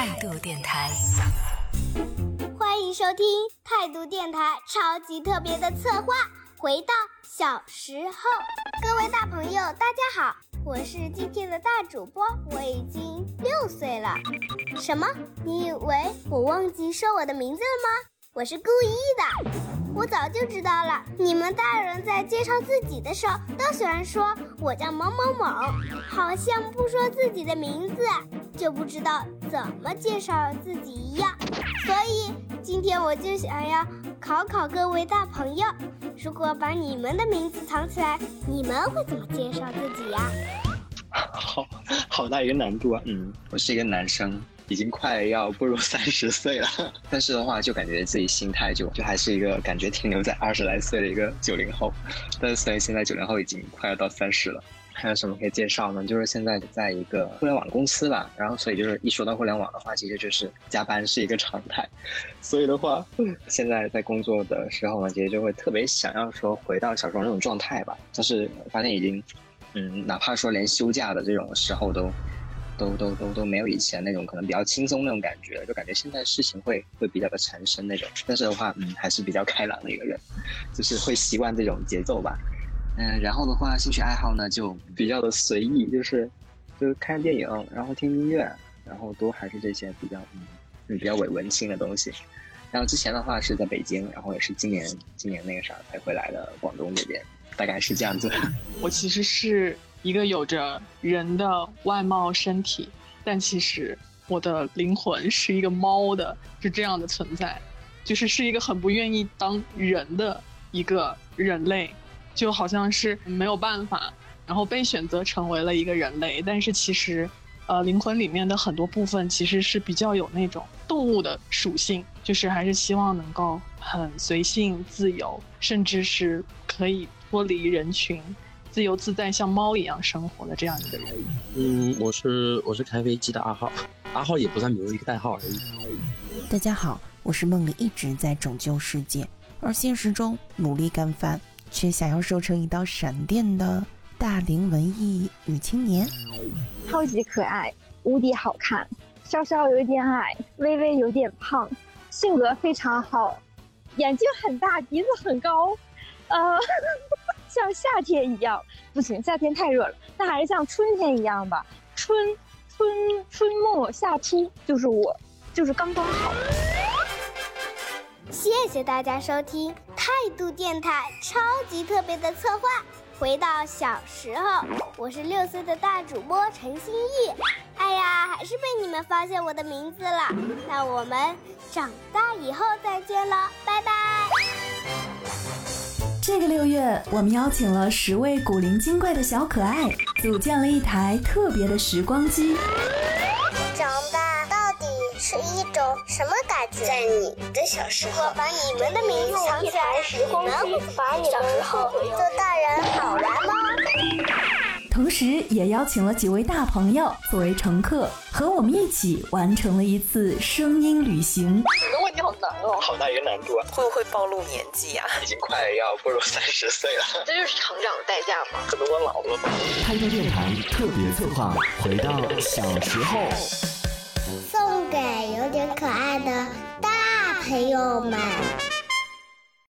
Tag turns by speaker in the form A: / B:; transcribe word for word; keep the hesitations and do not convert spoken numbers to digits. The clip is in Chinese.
A: 态度电台，
B: 欢迎收听态度电台超级特别的策划，回到小时候。各位大朋友大家好，我是今天的大主播，我已经六岁了。什么？你以为我忘记说我的名字了吗？我是故意的，我早就知道了。你们大人在介绍自己的时候都喜欢说我叫某某某，好像不说自己的名字就不知道怎么介绍自己一样。所以今天我就想要考考各位大朋友，如果把你们的名字藏起来，你们会怎么介绍自己呀？
C: 好好大一个难度啊！嗯，我是一个男生，已经快要步入三十岁了，但是的话，就感觉自己心态就就还是一个感觉停留在二十来岁的一个九零后。但是虽然现在九零后已经快要到三十了，还有什么可以介绍呢？就是现在在一个互联网公司吧，然后所以就是一说到互联网的话，其实就是加班是一个常态。所以的话，现在在工作的时候呢，其实就会特别想要说回到小时候那种状态吧。但是发现已经。嗯，哪怕说连休假的这种时候都，都都都都没有以前那种可能比较轻松那种感觉，就感觉现在事情会会比较的缠身那种。但是的话，嗯，还是比较开朗的一个人，就是会习惯这种节奏吧。嗯，然后的话，兴趣爱好呢就比较的随意，就是就是看电影，然后听音乐，然后都还是这些比较嗯比较伪文青的东西。然后之前的话是在北京，然后也是今年今年那个啥才回来的广东这边。大概是这样子。
D: 我其实是一个有着人的外貌身体，但其实我的灵魂是一个猫的，是这样的存在，就是是一个很不愿意当人的一个人类，就好像是没有办法，然后被选择成为了一个人类，但是其实呃，灵魂里面的很多部分其实是比较有那种动物的属性，就是还是希望能够很随性自由，甚至是可以脱离人群，自由自在像猫一样生活的这样一个人。
E: 嗯，我是我是开飞机的阿浩，阿浩也不算名字，一个代号而已。
F: 大家好，我是梦里一直在拯救世界，而现实中努力干饭，却想要瘦成一道闪电的大龄文艺女青年。
G: 超级可爱，无敌好看，稍稍有点矮，微微有点胖，性格非常好，眼睛很大，鼻子很高，呃，像夏天一样，不行，夏天太热了，那还是像春天一样吧。春春春末夏初，就是我，就是刚刚好。
B: 谢谢大家收听态度电台超级特别的策划。回到小时候，我是六岁的大主播陈心怡。哎呀，还是被你们发现我的名字了。那我们长大以后再见了，拜拜。
H: 这个六月，我们邀请了十位古灵精怪的小可爱，组建了一台特别的时光机。
B: 长大到底是一种什么感觉？
I: 在你的小时候，
B: 我把你们的名字藏起来，时光机把你们后悔做大人好玩吗？
H: 同时也邀请了几位大朋友作为乘客，和我们一起完成了一次声音旅行。
C: 这个问题好难哦，好大一个难度啊！
A: 会不会暴露年纪啊？
C: 已经快要步入三十岁了，
I: 这就是成长的代价吗？
C: 可能我老了吧。
J: 态度电台特别策划，回到小时候，
B: 送给有点可爱的大朋友们。